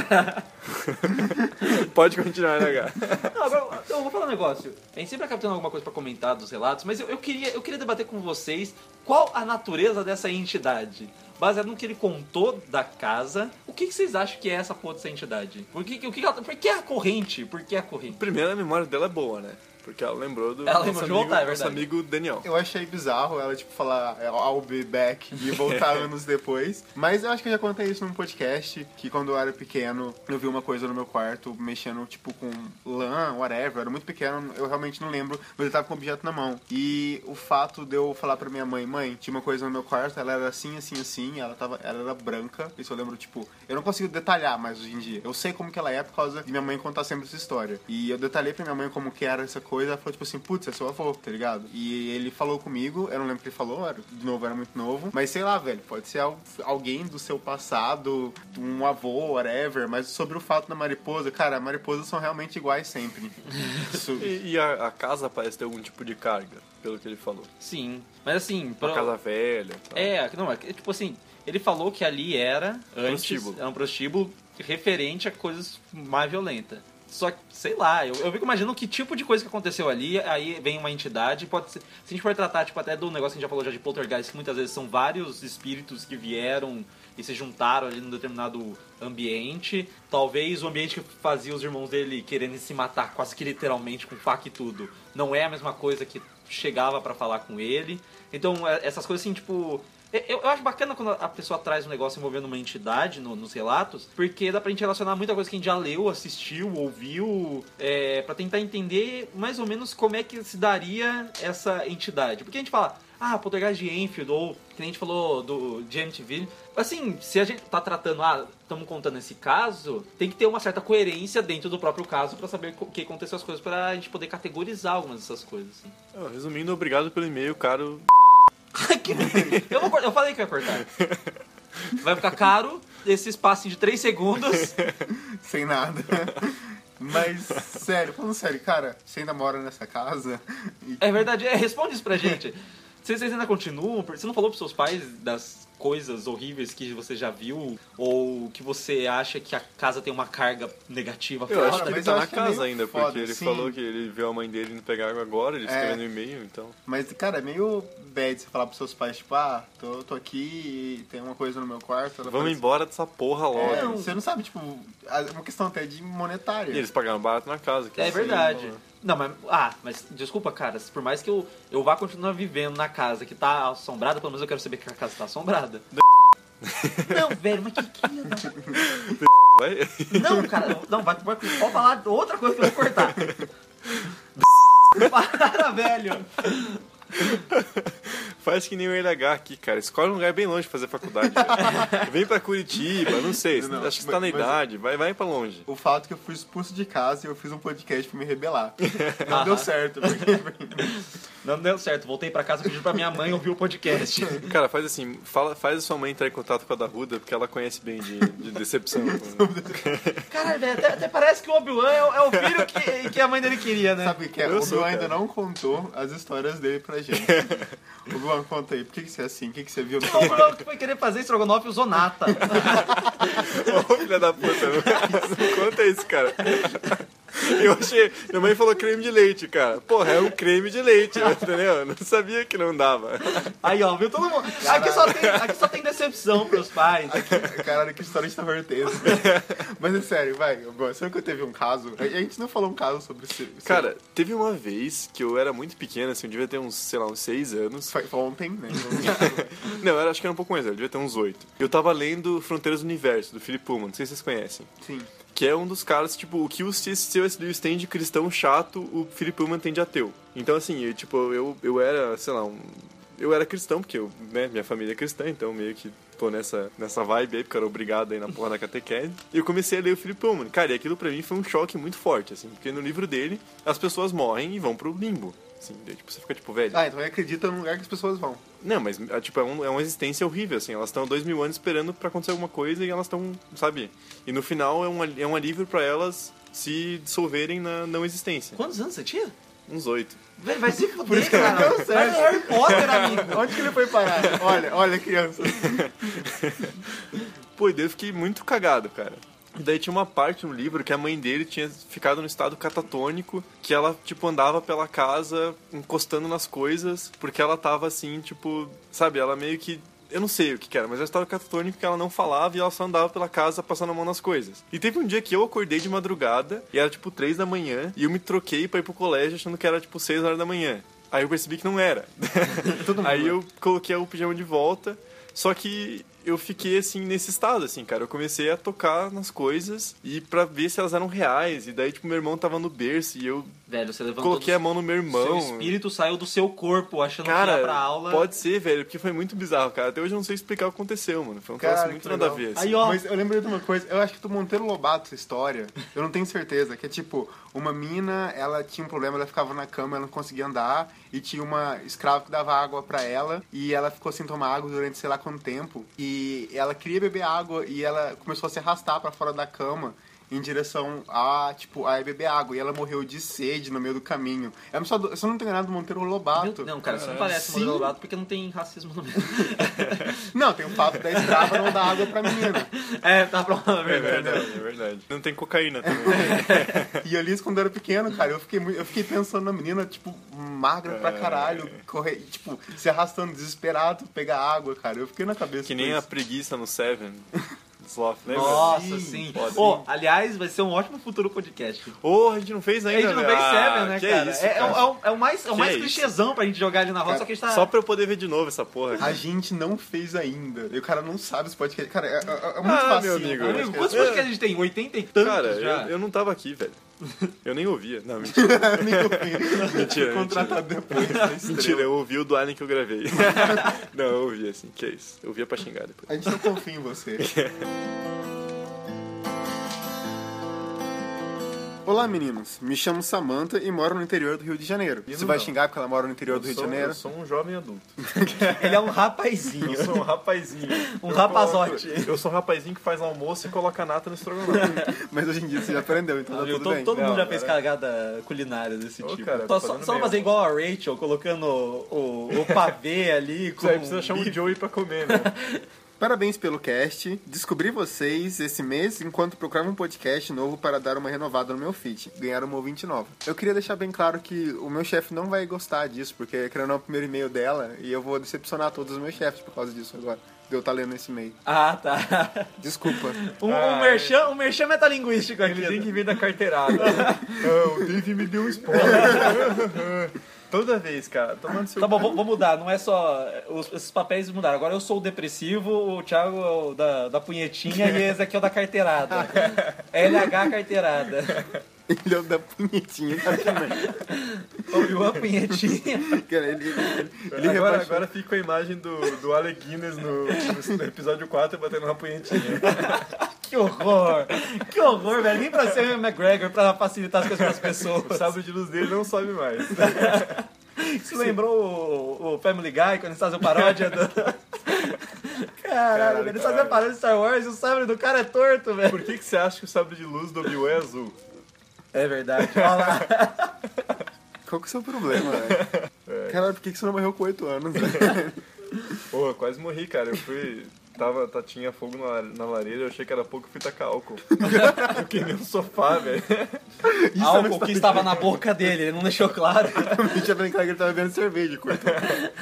Pode continuar, né, cara? Não, agora, eu vou falar um negócio. A gente sempre acaba tendo alguma coisa pra comentar dos relatos, mas eu queria debater com vocês qual a natureza dessa entidade. Baseado no que ele contou da casa, o que vocês acham que é essa porra dessa entidade? Por que a corrente? Por que a corrente? Primeiro, a memória dela é boa, né? Porque ela lembrou do Ela lembrou de voltar, é nosso verdade. amigo Daniel. Eu achei bizarro ela, tipo, falar I'll be back e voltar anos depois. Mas eu acho que eu já contei isso num podcast, que quando eu era pequeno, eu vi uma coisa no meu quarto, mexendo, tipo, com lã, whatever. Eu era muito pequeno, eu realmente não lembro, mas eu tava com um objeto na mão. E o fato de eu falar pra minha mãe, tinha uma coisa no meu quarto, ela era assim, assim, assim, ela era branca. Isso eu lembro, tipo, eu não consigo detalhar mais hoje em dia. Eu sei como que ela é por causa de minha mãe contar sempre essa história. E eu detalhei pra minha mãe como que era essa coisa, ela falou, tipo assim, putz, é seu avô, tá ligado? E ele falou comigo, eu não lembro o que ele falou, de novo, era muito novo, mas sei lá, velho, pode ser alguém do seu passado, um avô, whatever, mas sobre o fato da mariposa, cara, mariposas são realmente iguais sempre. Isso... E a casa parece ter algum tipo de carga, pelo que ele falou. Sim, mas assim... Uma casa velha. Tal. Não, é tipo assim, ele falou que ali era Prostíbulo. Era um prostíbulo referente a coisas mais violentas. Só que, sei lá, eu fico imaginando que tipo de coisa que aconteceu ali, aí vem uma entidade, pode ser, se a gente for tratar, tipo, até do negócio que a gente já falou já de poltergeist, que muitas vezes são vários espíritos que vieram e se juntaram ali num determinado ambiente, talvez o ambiente que fazia os irmãos dele querendo se matar quase que literalmente com faca e tudo, não é a mesma coisa que chegava pra falar com ele, então essas coisas assim, tipo... Eu acho bacana quando a pessoa traz um negócio envolvendo uma entidade nos relatos, porque dá pra gente relacionar muita coisa que a gente já leu, assistiu, ouviu, pra tentar entender mais ou menos como é que se daria essa entidade. Porque a gente fala, poltergeist de Enfield, ou que a gente falou de Amityville. Assim, se a gente tá tratando, estamos contando esse caso, tem que ter uma certa coerência dentro do próprio caso pra saber o que aconteceu as coisas, pra gente poder categorizar algumas dessas coisas. Assim. Resumindo, obrigado pelo e-mail, caro... Eu falei que ia cortar. Vai ficar caro esse espaço de 3 segundos. Sem nada. Mas, sério, falando sério, cara, você ainda mora nessa casa? É verdade, responde isso pra gente. Vocês ainda continuam? Você não falou pros seus pais das coisas horríveis que você já viu? Ou que você acha que a casa tem uma carga negativa? Eu acho que ele mas tá eu na acho que é casa meio ainda, foda, porque ele sim. falou que ele viu a mãe dele indo pegar água agora, ele escreveu no e-mail, então... Mas, cara, é meio bad você falar pros seus pais, tipo, tô aqui e tem uma coisa no meu quarto. Vamos embora dessa porra logo. Você não sabe, tipo, é uma questão até de monetária. E eles pagaram barato na casa. Que É assim, verdade. Não, mas desculpa, cara, por mais que eu vá continuar vivendo na casa que tá assombrada, pelo menos eu quero saber que a casa tá assombrada. Não, velho, mas que Vai? Não, cara, não, vai pode falar outra coisa que eu vou cortar. Para, velho. Faz que nem o LH aqui, cara. Escolhe um lugar bem longe pra fazer faculdade. Cara. Vem pra Curitiba, não sei. Acho que você tá na idade. Vai pra longe. O fato é que eu fui expulso de casa e eu fiz um podcast pra me rebelar. Não deu certo. Porque... Não deu certo. Voltei pra casa pedindo pra minha mãe ouvir o podcast. Cara, faz assim. Faz a sua mãe entrar em contato com a da Ruda, porque ela conhece bem de decepção. Cara, velho, até parece que o Obi-Wan é o filho que a mãe dele queria, né? Sabe o que é? O Obi-Wan ainda não contou as histórias dele pra gente. Obi-Wan, conta aí. Por que você é assim? O que você viu no O Obi-Wan que foi querer fazer estrogonofe usou nata. Ô, filha da puta, não conta isso, cara. Eu achei... Minha mãe falou creme de leite, cara. Porra, é um creme de leite, entendeu? Eu não sabia que não dava. Aí, ó, viu todo mundo. Aqui só tem decepção pros pais. Caralho, que história de taverteza. Mas é sério, vai. Sabe que eu teve um caso? A gente não falou um caso sobre isso. Cara, teve uma vez que eu era muito pequeno, assim, eu devia ter uns, sei lá, uns 6 anos. Foi ontem, né? Não, eu acho que era um pouco mais velho, eu devia ter uns 8. Eu tava lendo Fronteiras do Universo, do Philip Pullman, não sei se vocês conhecem. Sim. que é um dos caras, tipo, o que o C.S. Lewis tem de cristão chato, o Philip Pullman tem de ateu. Então, assim, eu era, sei lá, eu era cristão, porque minha família é cristã, então meio que tô nessa vibe aí, porque eu era obrigado aí na porra da catequese. E eu comecei a ler o Philip Pullman. Cara, e aquilo pra mim foi um choque muito forte, assim, porque no livro dele, as pessoas morrem e vão pro limbo. Assim, daí, tipo, você fica tipo, velho... Então ele acredita no lugar que as pessoas vão. Não, mas, tipo, é uma existência horrível, assim. Elas estão 2000 anos esperando pra acontecer alguma coisa e elas estão, sabe? E no final é um alívio pra elas se dissolverem na não existência. Quantos anos você tinha? Uns 8. Velho, vai se fuder, Por isso que não cara. deu Vai certo. no Harry Potter, amigo. Onde que ele foi parar? Olha, criança. Pô, e daí eu fiquei muito cagado, cara. E daí tinha uma parte no livro que a mãe dele tinha ficado no estado catatônico, que ela, tipo, andava pela casa encostando nas coisas, porque ela tava assim, tipo, sabe, ela meio que... Eu não sei o que era, mas era um estado catatônico que ela não falava e ela só andava pela casa passando a mão nas coisas. E teve um dia que eu acordei de madrugada, e era tipo 3 da manhã, e eu me troquei pra ir pro colégio achando que era tipo 6 horas da manhã. Aí eu percebi que não era. Aí eu coloquei o pijama de volta, só que eu fiquei, assim, nesse estado, assim, cara. Eu comecei a tocar nas coisas e pra ver se elas eram reais. E daí, tipo, meu irmão tava no berço e eu Velho, você levantou coloquei a mão no meu irmão. Seu espírito saiu do seu corpo, achando Cara, que ia pra aula. pode ser, velho, porque foi muito bizarro, cara. Até hoje eu não sei explicar o que aconteceu, mano. Foi um troço Caralho, muito que nada a legal. ver, assim. Aí, ó. Mas eu lembrei de uma coisa, eu acho que do Monteiro Lobato, essa história, eu não tenho certeza, que é tipo, uma mina, ela tinha um problema, ela ficava na cama, ela não conseguia andar, e tinha uma escrava que dava água pra ela, e ela ficou sem tomar água durante sei lá quanto tempo, e ela queria beber água, e ela começou a se arrastar pra fora da cama, em direção a beber água. E ela morreu de sede no meio do caminho. Eu só não tenho nada do Monteiro Lobato. Não, cara, você não parece Sim. Monteiro Lobato porque não tem racismo no meio. Não, tem o fato da escrava não dar água pra menina. Tá pronto, é É verdade. verdade. Não tem cocaína também. E eu li isso quando eu era pequeno, cara. Eu fiquei pensando na menina, tipo, magra pra caralho, tipo, se arrastando desesperado, pegar água, cara. Eu fiquei na cabeça. Que nem com a isso. preguiça no Seven. Sloth, lembra? Nossa, sim. Pode. Aliás, vai ser um ótimo futuro podcast. A gente não fez A ainda, gente não velho. fez Seven, né, que cara? Isso, É cara? o mais isso? clichêzão pra gente jogar ali na roda, Cara, só que a gente tá... Só pra eu poder ver de novo essa porra. A gente não fez ainda. E o cara não sabe se podcast. Cara, é muito Ah, fácil. meu amigo. Amigo, quantos podcasts a gente tem? 80 e tantos Cara, já? eu não tava aqui, velho. Eu nem ouvia. Não, mentira. Mentira. Contratado depois. Mentira, eu ouvi o do Alien que eu gravei. Não, eu ouvi assim, que é isso. Eu ouvia pra xingar depois. A gente não confia em você. Olá, meninos. Me chamo Samantha e moro no interior do Rio de Janeiro. Você vai xingar porque ela mora no interior do Rio de Janeiro? Eu sou um jovem adulto. Ele é um rapazinho. Eu sou um rapazinho. Um rapazote. Eu sou um rapazinho que faz almoço e coloca nata no estrogonofe. Mas hoje em dia você já aprendeu, então tá tudo bem. Todo mundo Não, já fez cara. cagada culinária desse Ô, tipo. cara, Só fazendo só bem, fazer ó. igual a Rachel, colocando o pavê ali com... Você precisa achar um Joey pra comer, né? Parabéns pelo cast. Descobri vocês esse mês enquanto procurava um podcast novo para dar uma renovada no meu feed. Ganhar uma ouvinte nova. Eu queria deixar bem claro que o meu chefe não vai gostar disso, porque querendo ou não é o primeiro e-mail dela e eu vou decepcionar todos os meus chefes por causa disso agora. De eu estar lendo esse e-mail. Ah, tá. Desculpa. Um merchan metalinguístico aqui. Ele tem que vir da carteirada. Não, o Dave me deu um spoiler. Toda vez, cara. Tomando seu Tá bom, vou mudar. Não é só... Esses papéis mudaram. Agora eu sou o depressivo, o Thiago é o da punhetinha e esse aqui é o da carteirada. LH carteirada. Ele é o da punhetinha. Ouviu a punhetinha? Cara, ele Agora fica a imagem do Alec Guinness no episódio 4 batendo uma punhetinha. Que horror! Que horror, velho. Nem pra ser o McGregor, pra facilitar as coisas pras O pessoas. sabre de luz dele não sobe mais. Isso lembrou o Family Guy, quando eles fazem paródia do... Caralho, velho. Eles fazem paródia de Star Wars e o sabre do cara é torto, velho. Por que você acha que o sabre de luz do Obi-Wan é azul? É verdade. Olha lá. Qual que é o seu problema, velho? Caralho, por que você não morreu com 8 anos, velho? Pô, eu quase morri, cara. Eu fui... Tinha fogo na lareira, eu achei que era pouco, eu fui tacar álcool. Eu queimei um sofá, velho. Álcool que estava na boca dele, ele não deixou claro. A gente ia brincar que ele tava bebendo cerveja, coitado.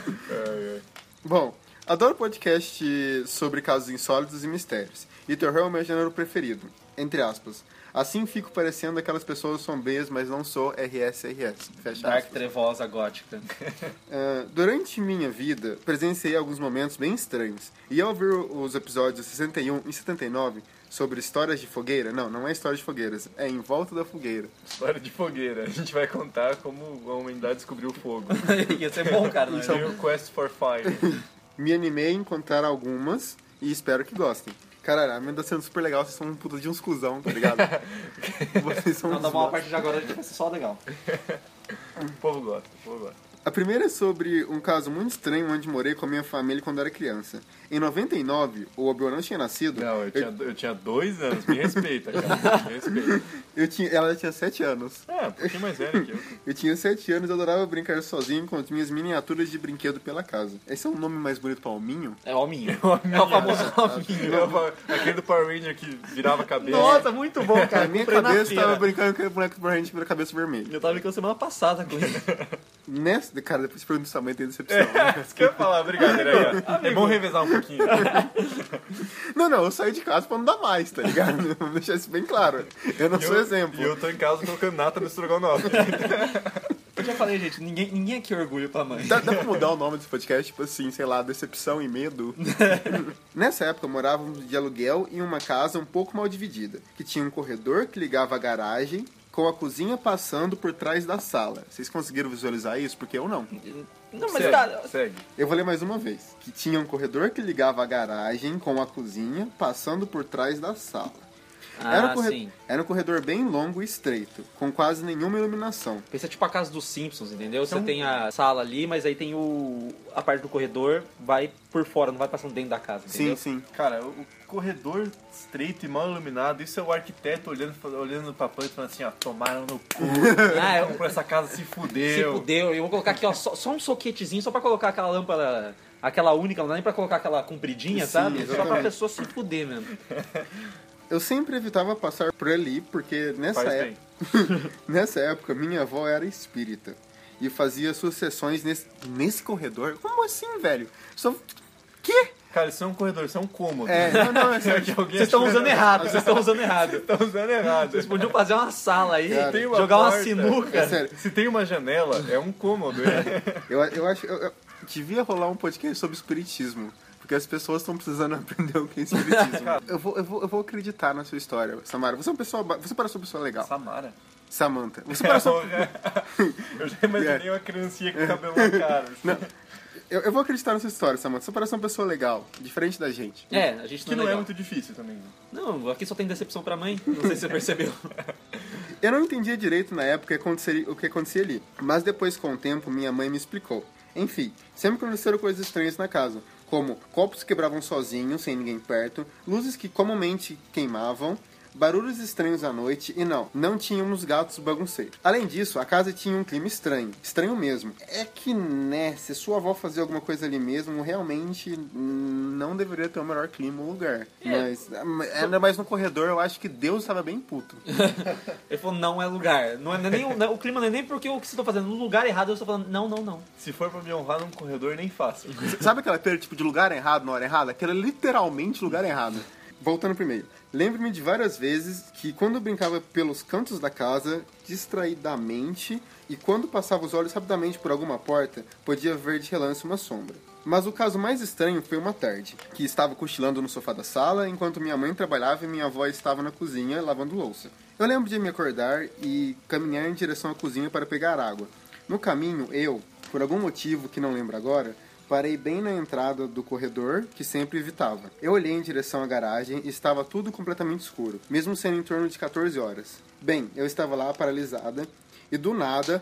Bom, adoro podcast sobre casos insólitos e mistérios. E terror é o meu gênero preferido, entre aspas. Assim fico parecendo aquelas pessoas sombrias, mas não sou RSRS. Fecha Dark aspas. trevosa gótica. Durante minha vida, presenciei alguns momentos bem estranhos. E ao ver os episódios 61 e 79, sobre histórias de fogueira? Não, não é história de fogueiras, é Em Volta da Fogueira. História de fogueira. A gente vai contar como a humanidade descobriu o fogo. Ia ser bom, cara. Não Isso é o Quest for Fire. Me animei em contar algumas e espero que gostem. Caralho, a minha tá sendo super legal, vocês são um puta de uns cuzão, tá ligado? Vocês são Não, uns dá uma bosta. parte de agora que vai ser só legal. O povo gosta, o povo gosta. A primeira é sobre um caso muito estranho onde morei com a minha família quando era criança. Em 99, o Obi-Wan não tinha nascido. Não, eu tinha 2 anos, me respeita, cara. Me respeita. Ela tinha 7 anos. É, um pouquinho mais velho que eu. Eu tinha 7 anos e adorava brincar sozinho com as minhas miniaturas de brinquedo pela casa. Esse é um nome mais bonito pra hominho? É hominho. É o famoso hominho. Aquele do Power Ranger que virava a cabeça. Nossa, muito bom, cara. A minha Comprei na cabeça feira. tava brincando com o boneco do Power Ranger pela cabeça vermelha. Eu tava brincando semana passada com isso. Cara, depois você pergunta sua mãe, tem decepção. Isso que eu ia falar, brincadeira aí, ó. É bom revezar um pouquinho. Não, eu saí de casa pra não dar mais, tá ligado? Vamos deixar isso bem claro. Eu não sou exemplo. E eu tô em casa colocando nata no estrogonofe. Eu já falei, gente, ninguém aqui é orgulho pra mãe. Dá pra mudar o nome desse podcast, tipo assim, sei lá, Decepção e Medo? Nessa época, morávamos de aluguel em uma casa um pouco mal dividida, que tinha um corredor que ligava à garagem, com a cozinha passando por trás da sala. Vocês conseguiram visualizar isso? Porque eu não. Não, mas tá. Segue. Eu vou ler mais uma vez. Que tinha um corredor que ligava à garagem com a cozinha passando por trás da sala. Sim. Era um corredor bem longo e estreito, com quase nenhuma iluminação. Pensa tipo a casa dos Simpsons, entendeu? Você tem a sala ali, mas aí tem a parte do corredor, vai por fora, não vai passando dentro da casa, entendeu? Sim. Cara, o corredor estreito e mal iluminado, isso é o arquiteto olhando pra planta e falando assim, ó, tomaram no cu. Comprou essa casa, se fudeu. Se fudeu. Eu vou colocar aqui, ó, só um soquetezinho, só pra colocar aquela lâmpada, aquela única, não dá nem pra colocar aquela compridinha, Sim, sabe? Só exatamente. pra pessoa se fuder mesmo. Eu sempre evitava passar por ali, porque Faz bem. nessa época minha avó era espírita. E fazia suas sessões nesse corredor. Como assim, velho? Quê? Cara, isso é um corredor, isso é um cômodo. Não, é sério. Vocês estão usando errado, vocês estão usando errado. Estão usando errado. Vocês podiam fazer uma sala aí, Cara, tem uma jogar uma porta. sinuca. É sério. Se tem uma janela, é um cômodo. Eu acho. Devia rolar um podcast sobre espiritismo. Porque as pessoas estão precisando aprender o que é espiritismo. eu vou acreditar na sua história, Samara. Você parece uma pessoa legal. Samara. Samantha. Você parece uma... Eu já imaginei uma criancinha com cabelo na cara. Não, eu vou acreditar na sua história, Samantha. Você parece uma pessoa legal, diferente da gente. A gente Que não não é legal. muito difícil também. Não, aqui só tem decepção pra mãe. Não sei se você percebeu. Eu não entendia direito na época o que acontecia ali. Mas depois, com o tempo, minha mãe me explicou. Enfim, sempre aconteceram coisas estranhas na casa. Como copos que quebravam sozinhos, sem ninguém perto, luzes que comumente queimavam, barulhos estranhos à noite e não tínhamos gatos bagunceiros. Além disso, a casa tinha um clima estranho mesmo. É que, né, se sua avó fazia alguma coisa ali mesmo, realmente não deveria ter o melhor clima no lugar. Mas, ainda mais no corredor, eu acho que Deus estava bem puto. Ele falou, não é lugar. Não é nem, o clima não é nem porque o que você tá fazendo. No lugar errado, eu estou falando, não. Se for pra me honrar num corredor, nem faço. Sabe aquela pera, tipo, de lugar errado na hora errada? Aquela é literalmente lugar errado. Voltando primeiro. Lembro-me de várias vezes que quando eu brincava pelos cantos da casa, distraidamente, e quando passava os olhos rapidamente por alguma porta, podia ver de relance uma sombra. Mas o caso mais estranho foi uma tarde, que estava cochilando no sofá da sala, enquanto minha mãe trabalhava e minha avó estava na cozinha lavando louça. Eu lembro de me acordar e caminhar em direção à cozinha para pegar água. No caminho, eu, por algum motivo que não lembro agora, parei bem na entrada do corredor, que sempre evitava. Eu olhei em direção à garagem e estava tudo completamente escuro, mesmo sendo em torno de 14 horas. Bem, eu estava lá paralisada e do nada,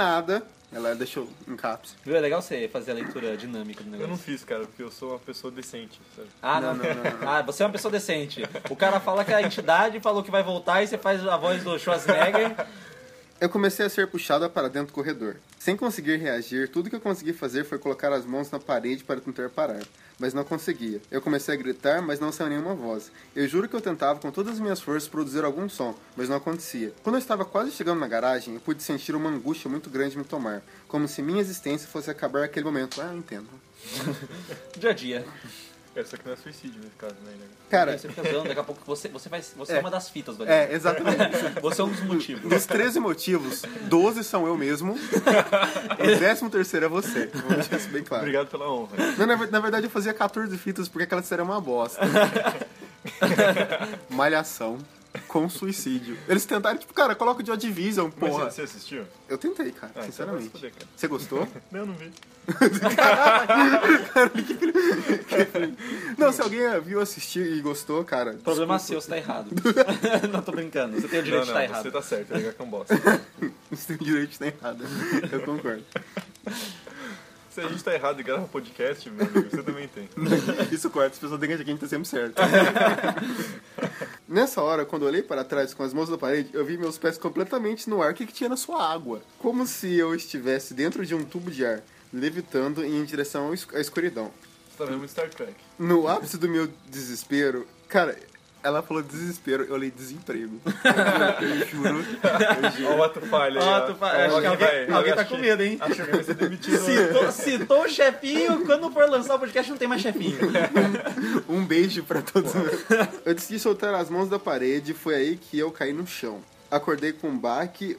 ela deixou em caps. Viu? É legal você fazer a leitura dinâmica do negócio. Eu não fiz, cara, porque eu sou uma pessoa decente, sabe? Não. Você é uma pessoa decente. O cara fala que a entidade falou que vai voltar e você faz a voz do Schwarzenegger. Eu comecei a ser puxada para dentro do corredor. Sem conseguir reagir, tudo que eu consegui fazer foi colocar as mãos na parede para tentar parar, mas não conseguia. Eu comecei a gritar, mas não saiu nenhuma voz. Eu juro que eu tentava com todas as minhas forças produzir algum som, mas não acontecia. Quando eu estava quase chegando na garagem, eu pude sentir uma angústia muito grande me tomar, como se minha existência fosse acabar naquele momento. Eu entendo. Dia a dia. Só que não é suicídio nesse caso, né? Cara, Você fica zoando, daqui a pouco você é uma das fitas do anime. exatamente. Você é um dos motivos. Dos 13 motivos, 12 são eu mesmo. O 13º é você. Vou deixar isso bem claro. Obrigado pela honra. Não, na verdade eu fazia 14 fitas porque aquela série é uma bosta. Malhação com suicídio. Eles tentaram, tipo, cara, coloca o Joy Division, porra. Mas você assistiu? Eu tentei, cara, Ah, sinceramente. então vai se fuder, cara. Você gostou? Não, não vi. Não, se alguém viu assistir e gostou, cara. Problema desculpa. seu, você tá errado. Não, tô brincando. Você tem o direito Não, de estar não, errado. você tá certo, é legal que é um bosta. Você tem direito de estar errado. Eu concordo. Se a gente tá errado e grava podcast, meu amigo, você também tem. Isso corta, as pessoas têm que achar que a gente tá sempre certo. Nessa hora, quando eu olhei para trás com as mãos na parede, eu vi meus pés completamente no ar. O que tinha na sua água? Como se eu estivesse dentro de um tubo de ar, levitando em direção à escuridão. Você tá vendo muito Star Trek. No ápice do meu desespero, cara, ela falou desespero, eu olhei desemprego. Eu juro. Olha o ato falha aí. Ó, tu fa- acho que alguém tá com medo, hein? Acho que alguém vai ser demitido. Citou o chefinho, quando for lançar o podcast não tem mais chefinho. Um beijo pra todos. Eu decidi soltar as mãos da parede, foi aí que eu caí no chão. Acordei com um baque,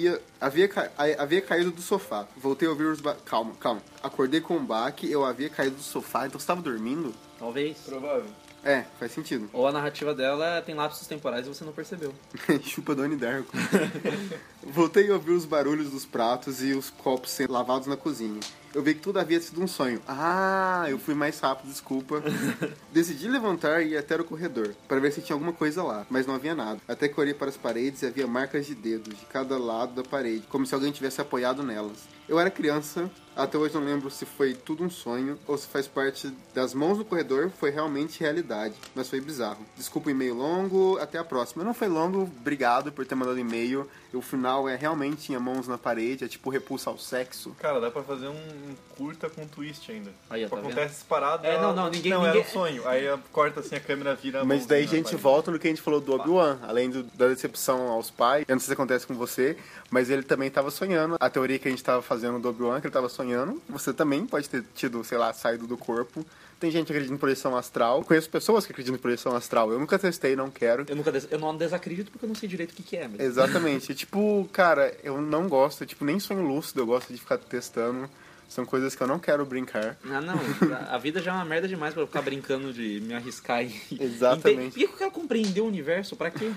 havia caído do sofá. Voltei a ouvir os Calma. Acordei com um baque, eu havia caído do sofá, então você tava dormindo? Talvez. Provável. É, faz sentido. Ou a narrativa dela tem lapsos temporais e você não percebeu. Chupa Doni Darko. Voltei a ouvir os barulhos dos pratos e os copos sendo lavados na cozinha. Eu vi que tudo havia sido um sonho. Ah, eu fui mais rápido, desculpa. Decidi levantar e ir até o corredor, para ver se tinha alguma coisa lá, mas não havia nada. Até que olhei para as paredes e havia marcas de dedos de cada lado da parede, como se alguém tivesse apoiado nelas. Eu era criança, até hoje não lembro se foi tudo um sonho ou se faz parte das mãos no corredor, foi realmente realidade, mas foi bizarro. Desculpa o e-mail longo, até a próxima. Não foi longo, obrigado por ter mandado e-mail. O final realmente tinha mãos na parede, é tipo repulsa ao sexo. Cara, dá pra fazer um curta com twist ainda. Aí, ó, Tipo, tá acontece essa parada. É, não, ninguém- Não, era ninguém- um sonho. Aí corta assim, a câmera vira. Mas daí a mãozinha na gente parede. volta no que a gente falou do Obi-Wan, além da decepção aos pais. Eu não sei se acontece com você, mas ele também estava sonhando. A teoria que a gente estava fazendo do Obi-Wan, que ele estava sonhando, você também pode ter tido, sei lá, saído do corpo. Tem gente que acredita em projeção astral. Eu conheço pessoas que acreditam em projeção astral. Eu nunca testei, não quero. Eu não desacredito porque eu não sei direito o que é. Mas... Exatamente. Tipo, cara, eu não gosto, tipo, nem sonho lúcido, eu gosto de ficar testando. São coisas que eu não quero brincar. Ah, não. A vida já é uma merda demais pra eu ficar brincando de me arriscar e... Exatamente. Por que eu quero compreender o universo? Pra quê?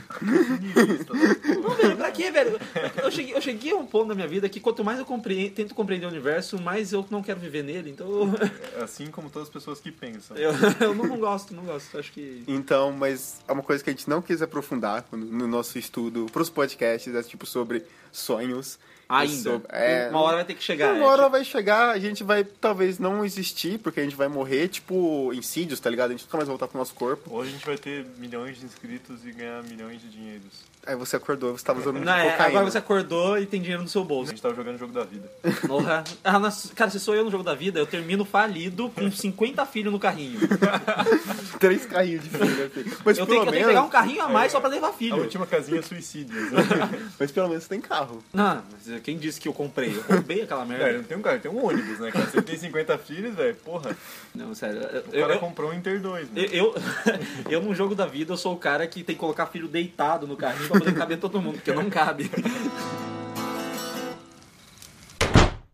Não, velho, pra quê, velho? Eu cheguei a um ponto na minha vida que quanto mais eu tento compreender o universo, mais eu não quero viver nele. Então Assim como todas as pessoas que pensam. eu não gosto. Acho que... Então, mas é uma coisa que a gente não quis aprofundar no nosso estudo pros podcasts, é tipo sobre sonhos. Ainda. É, Uma hora vai ter que chegar. Uma hora vai chegar, a gente vai talvez não existir, porque a gente vai morrer, tipo Insidious, tá ligado? A gente nunca mais vai voltar pro nosso corpo. Hoje a gente vai ter milhões de inscritos e ganhar milhões de dinheiros. Aí você acordou, você tava usando Não, cocaína. agora você acordou e tem dinheiro no seu A bolso. gente tava jogando o jogo da vida. Porra. Cara, se sou eu no jogo da vida, eu termino falido com 50 filhos no carrinho. 3 carrinhos de filho, assim. Mas Eu pelo tenho que pegar um menos... carrinho a mais só pra levar A filho. última casinha é suicídio. Mas pelo menos você tem carro. Não, mas quem disse que eu comprei? Eu roubei aquela merda. Velho, não tem um carro, tem um ônibus, né, cara? Você tem 50 filhos, velho, porra. Não, sério. O cara comprou um Inter 2, né? Eu, num jogo da vida, eu sou o cara que tem que colocar filho deitado no carrinho pra poder caber todo mundo, porque não cabe.